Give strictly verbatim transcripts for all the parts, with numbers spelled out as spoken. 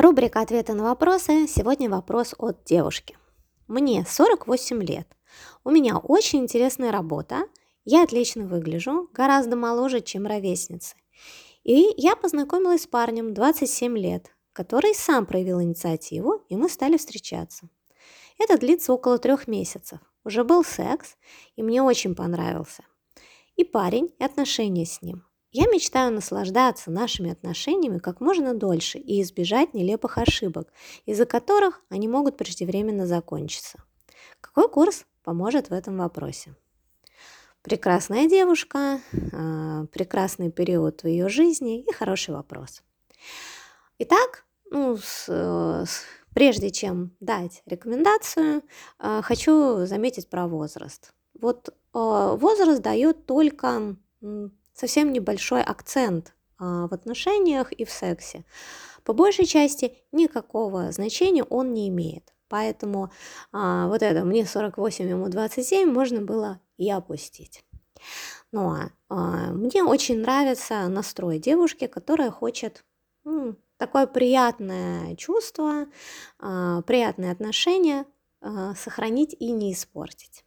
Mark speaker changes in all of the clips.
Speaker 1: Рубрика «Ответы на вопросы». Сегодня вопрос от девушки. Мне сорок восемь лет. У меня очень интересная работа. Я отлично выгляжу, гораздо моложе, чем ровесницы. И я познакомилась с парнем двадцать семь лет, который сам проявил инициативу, и мы стали встречаться. Это длится около трех месяцев. Уже был секс, и мне очень понравился. И парень, и отношения с ним. Я мечтаю наслаждаться нашими отношениями как можно дольше и избежать нелепых ошибок, из-за которых они могут преждевременно закончиться. Какой курс поможет в этом вопросе? Прекрасная девушка, э, прекрасный период в ее жизни и хороший вопрос. Итак, ну, с, э, с- прежде чем дать рекомендацию, э, хочу заметить про возраст. Вот э, возраст дает только м, совсем небольшой акцент а, в отношениях и в сексе. По большей части никакого значения он не имеет. Поэтому а, вот это «мне сорок восемь, ему двадцать семь» можно было и опустить. Ну а а, мне очень нравится настрой девушки, которая хочет м, такое приятное чувство, а, приятные отношения а, сохранить и не испортить.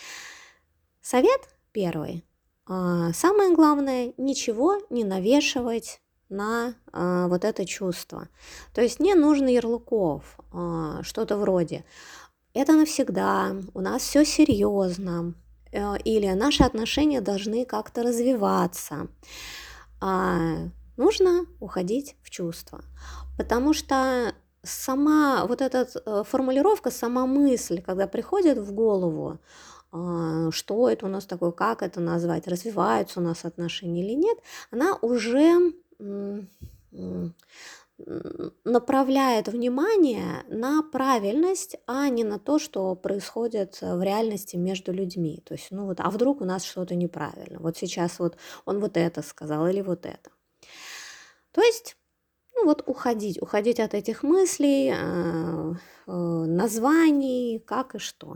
Speaker 1: Совет первый. А, Самое главное, ничего не навешивать на а, вот это чувство. То есть не нужно ярлыков, а, что-то вроде «это навсегда», «у нас все серьезно», э, или «наши отношения должны как-то развиваться». А, Нужно уходить в чувства, потому что сама вот эта э, формулировка, сама мысль, когда приходит в голову, а, что это у нас такое, как это назвать, развиваются у нас отношения или нет, она уже м, м, м, направляет внимание на правильность, а не на то, что происходит э, в реальности между людьми. То есть, ну вот, а вдруг у нас что-то неправильно? Вот сейчас вот он вот это сказал или вот это. То есть, ну вот уходить, уходить от этих мыслей, э, э, названий, как и что.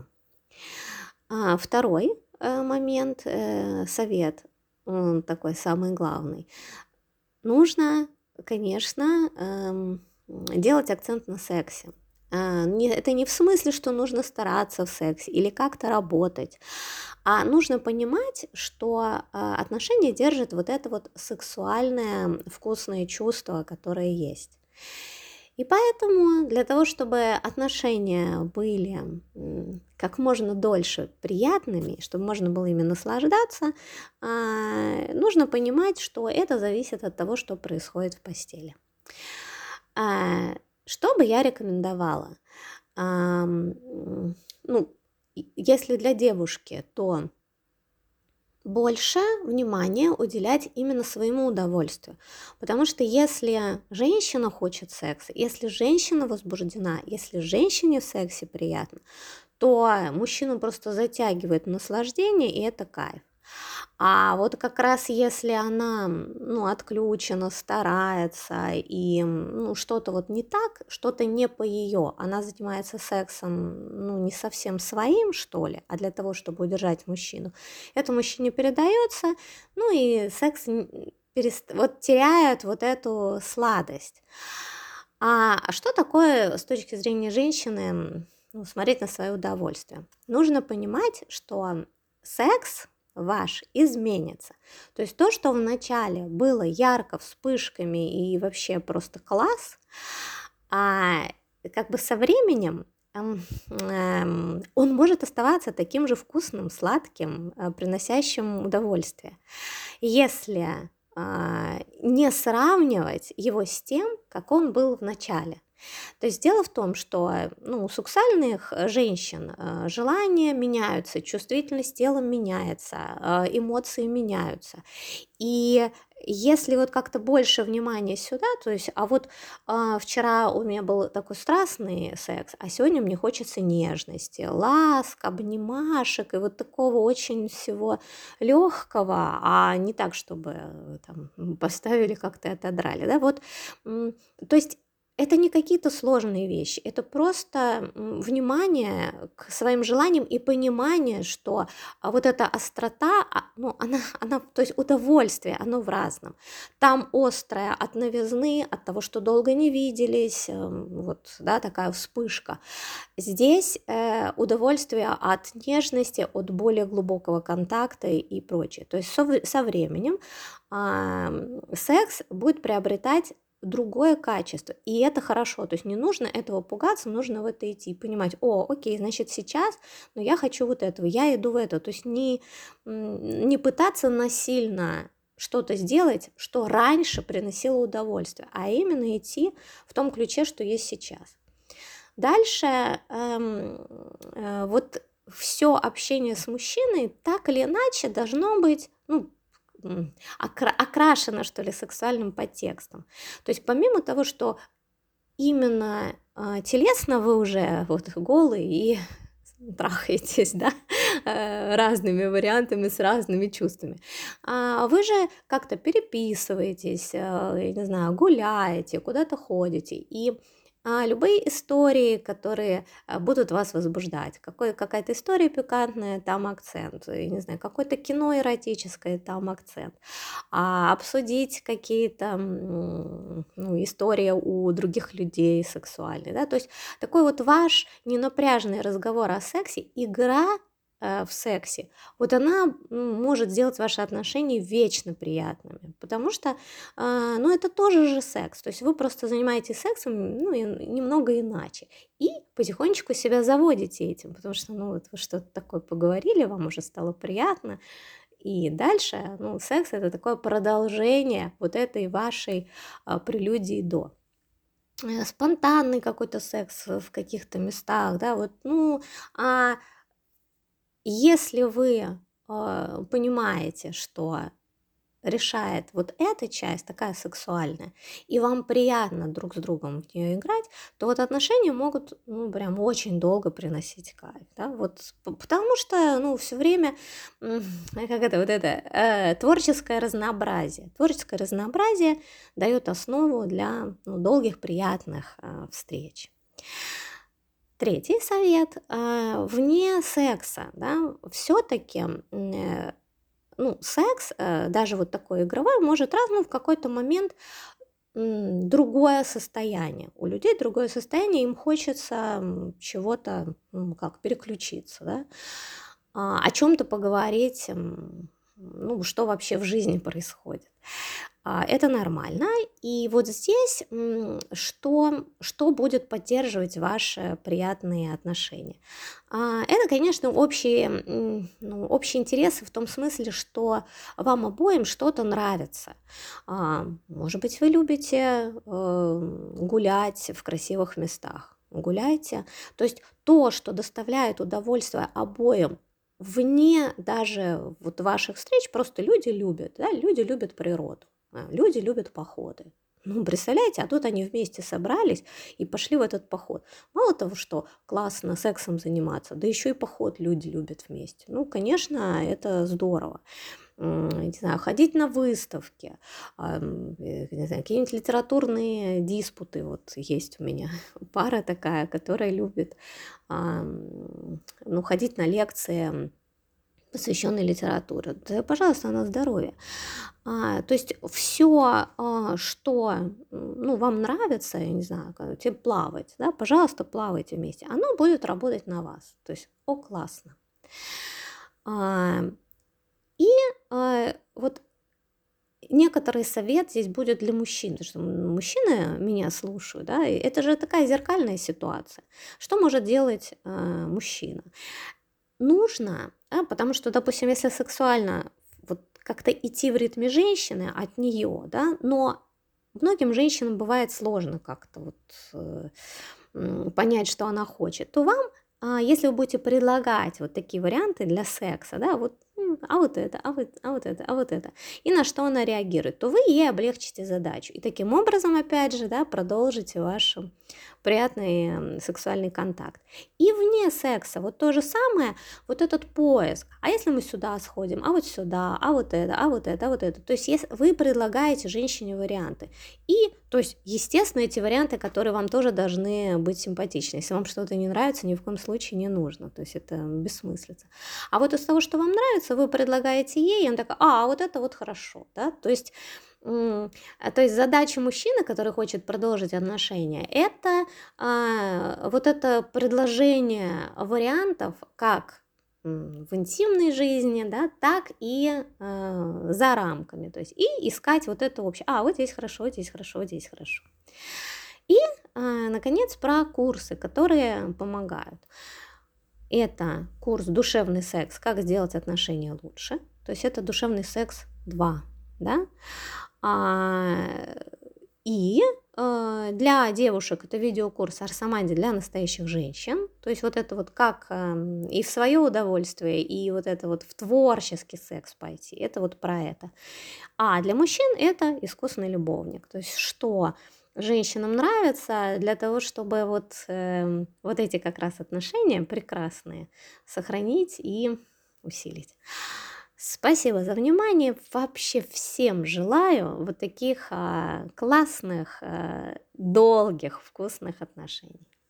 Speaker 1: А, второй э, момент, э, совет, он такой самый главный. Нужно, конечно, эм, делать акцент на сексе. А, не- Это не в смысле, что нужно стараться в сексе или как-то работать, а нужно понимать, что а, отношения держат вот это вот сексуальное вкусное чувство, которое есть. И поэтому для того, чтобы отношения были м, как можно дольше приятными, чтобы можно было ими наслаждаться, а, нужно понимать, что это зависит от того, что происходит в постели. А, Что бы я рекомендовала? Ам, м, Ну, и- если для девушки, то больше внимания уделять именно своему удовольствию. Потому что если женщина хочет секса, если женщина возбуждена, если женщине в сексе приятно, то мужчину просто затягивает наслаждение, и это кайф. А вот как раз если она, ну, отключена, старается, и, ну, что-то вот не так, что-то не по ее, она занимается сексом, ну, не совсем своим, что ли, а для того, чтобы удержать мужчину, это мужчине передается, ну, и секс н- перест- вот теряет вот эту сладость. А а что такое с точки зрения женщины, м, ну, смотреть на свое удовольствие? Нужно понимать, что секс ваш изменится. То есть то, что вначале было ярко, вспышками и вообще просто класс, а, как бы со временем ам, эм, он может оставаться таким же вкусным, сладким, э, приносящим удовольствие, если а, не сравнивать его с тем, как он был в начале. То есть дело в том, что э, ну, у сексуальных э, женщин э, желания меняются, чувствительность тела меняется, э, эмоции меняются. И если вот как-то больше внимания сюда, то есть, а вот а, вчера у меня был такой страстный секс, а сегодня мне хочется нежности, ласк, обнимашек и вот такого очень всего легкого, а не так, чтобы э, там м, поставили как-то и отодрали, да, вот, м, то есть Это не какие-то сложные вещи, это просто м, внимание к своим желаниям и понимание, что а, вот эта острота, а, ну, она, она, то есть удовольствие, оно в разном. Там острое от новизны, от того, что долго не виделись, эм, вот, да, такая вспышка. Здесь э, удовольствие от нежности, от более глубокого контакта и прочее. То есть со, вре- со временем а, м, секс будет приобретать другое качество, и это хорошо, то есть не нужно этого пугаться, нужно в это идти, понимать, о, окей, значит сейчас, но я хочу вот этого, я иду в это, то есть не, м, не пытаться насильно что-то сделать, что раньше приносило удовольствие, а именно идти в том ключе, что есть сейчас. Дальше эм, э, вот все общение с мужчиной так или иначе должно быть, ну, м, окра- окрашено, что ли, сексуальным подтекстом. То есть помимо того, что именно а, телесно вы уже вот голый и трахаетесь, да, э, разными вариантами, с разными чувствами. А вы же как-то переписываетесь, э, я не знаю, гуляете, куда-то ходите, и а, любые истории, которые а, будут вас возбуждать, какой, какая-то история пикантная, там акцент, я не знаю, какое-то кино эротическое, там акцент, а, обсудить какие-то м, ну, истории у других людей сексуальные, да, то есть такой вот ваш ненапряжный разговор о сексе, игра э, в сексе, вот она м, может сделать ваши отношения вечно приятными, потому что, а, ну, это тоже же секс, то есть вы просто занимаетесь сексом, ну, и немного иначе, и потихонечку себя заводите этим, потому что, ну, вот вы что-то такое поговорили, вам уже стало приятно, и дальше, ну, секс это такое продолжение вот этой вашей а, прелюдии до. Э, спонтанный какой-то секс в каких-то местах, да, вот, ну, а если вы, а, понимаете, что решает вот эта часть, такая сексуальная, и вам приятно друг с другом в нее играть, то вот отношения могут, ну, прям очень долго приносить кайф, да, вот, п- потому что, ну, все время, м, как это, вот это, э, творческое разнообразие. Творческое разнообразие дает основу для, ну, долгих приятных а, встреч. Третий совет, а, вне секса, да, все-таки ну, секс, э, даже вот такой игровой, может раз, ну, в какой-то момент м, другое состояние. У людей другое состояние, им хочется м, чего-то, ну, как переключиться, да, а, о чем-то поговорить, м, ну, что вообще в жизни происходит. А, Это нормально. И вот здесь м, что, что будет поддерживать ваши приятные отношения? А, Это, конечно, общие, м, ну, общие интересы в том смысле, что вам обоим что-то нравится. А, Может быть, вы любите э, гулять в красивых местах. Гуляйте. То есть то, что доставляет удовольствие обоим, вне даже вот ваших встреч, просто люди любят, да, люди любят природу. А, Люди любят походы. Ну, представляете, а тут они вместе собрались и пошли в этот поход. Мало того, что классно сексом заниматься, да еще и поход люди любят вместе. Ну, конечно, это здорово. М, Не знаю, ходить на выставки, ам, э, не знаю, какие-нибудь литературные диспуты. Вот есть у меня пара такая, которая любит ам, ну, ходить на лекции, посвященные литературе. Да, пожалуйста, на здоровье. А, то есть все, что, м, ну, вам нравится, я не знаю, как тебе плавать, да, пожалуйста, плавайте вместе. Оно будет работать на вас. То есть, о, классно. А, И а, вот некоторый совет здесь будет для мужчин, потому что м, мужчины меня слушают, да, и это же такая зеркальная ситуация. Что может делать а, мужчина? Нужно, а, потому что, допустим, если сексуально вот как-то идти в ритме женщины от нее, да, но многим женщинам бывает сложно как-то вот э, м, понять, что она хочет, то вам, а, если вы будете предлагать вот такие варианты для секса, да, вот, м, а вот это, а вот, а вот это, а вот это, и на что она реагирует, то вы ей облегчите задачу. И таким образом, опять же, да, продолжите ваш приятный м, сексуальный контакт. И вне секса вот то же самое, вот этот поиск. А если мы сюда сходим, а вот сюда, а вот это, а вот это, а вот это. То есть если вы предлагаете женщине варианты. И То есть, естественно, эти варианты, которые вам тоже должны быть симпатичны. Если вам что-то не нравится, ни в коем случае не нужно. То есть это бессмыслица. А вот из того, что вам нравится, вы предлагаете ей, и она такая: а, вот это вот хорошо, да. То есть, м, а, то есть задача мужчины, который хочет продолжить отношения, это а, вот это предложение вариантов, как м, в интимной жизни, да, так и э, за рамками. То есть и искать вот это общее. А, вот здесь хорошо, здесь хорошо, здесь хорошо. И, а, наконец, про курсы, которые помогают. Это курс «Душевный секс. Как сделать отношения лучше». То есть это душевный секс два, да. А, и э, для девушек это видеокурс «Арсаманди для настоящих женщин». То есть вот это вот как эм, и в свое удовольствие, и вот это вот в творческий секс пойти. Это вот про это. А для мужчин это искусный любовник. То есть что женщинам нравится для того, чтобы вот, эм, вот эти как раз отношения прекрасные сохранить и усилить. Спасибо за внимание. Вообще всем желаю вот таких а, классных, а, долгих, вкусных отношений.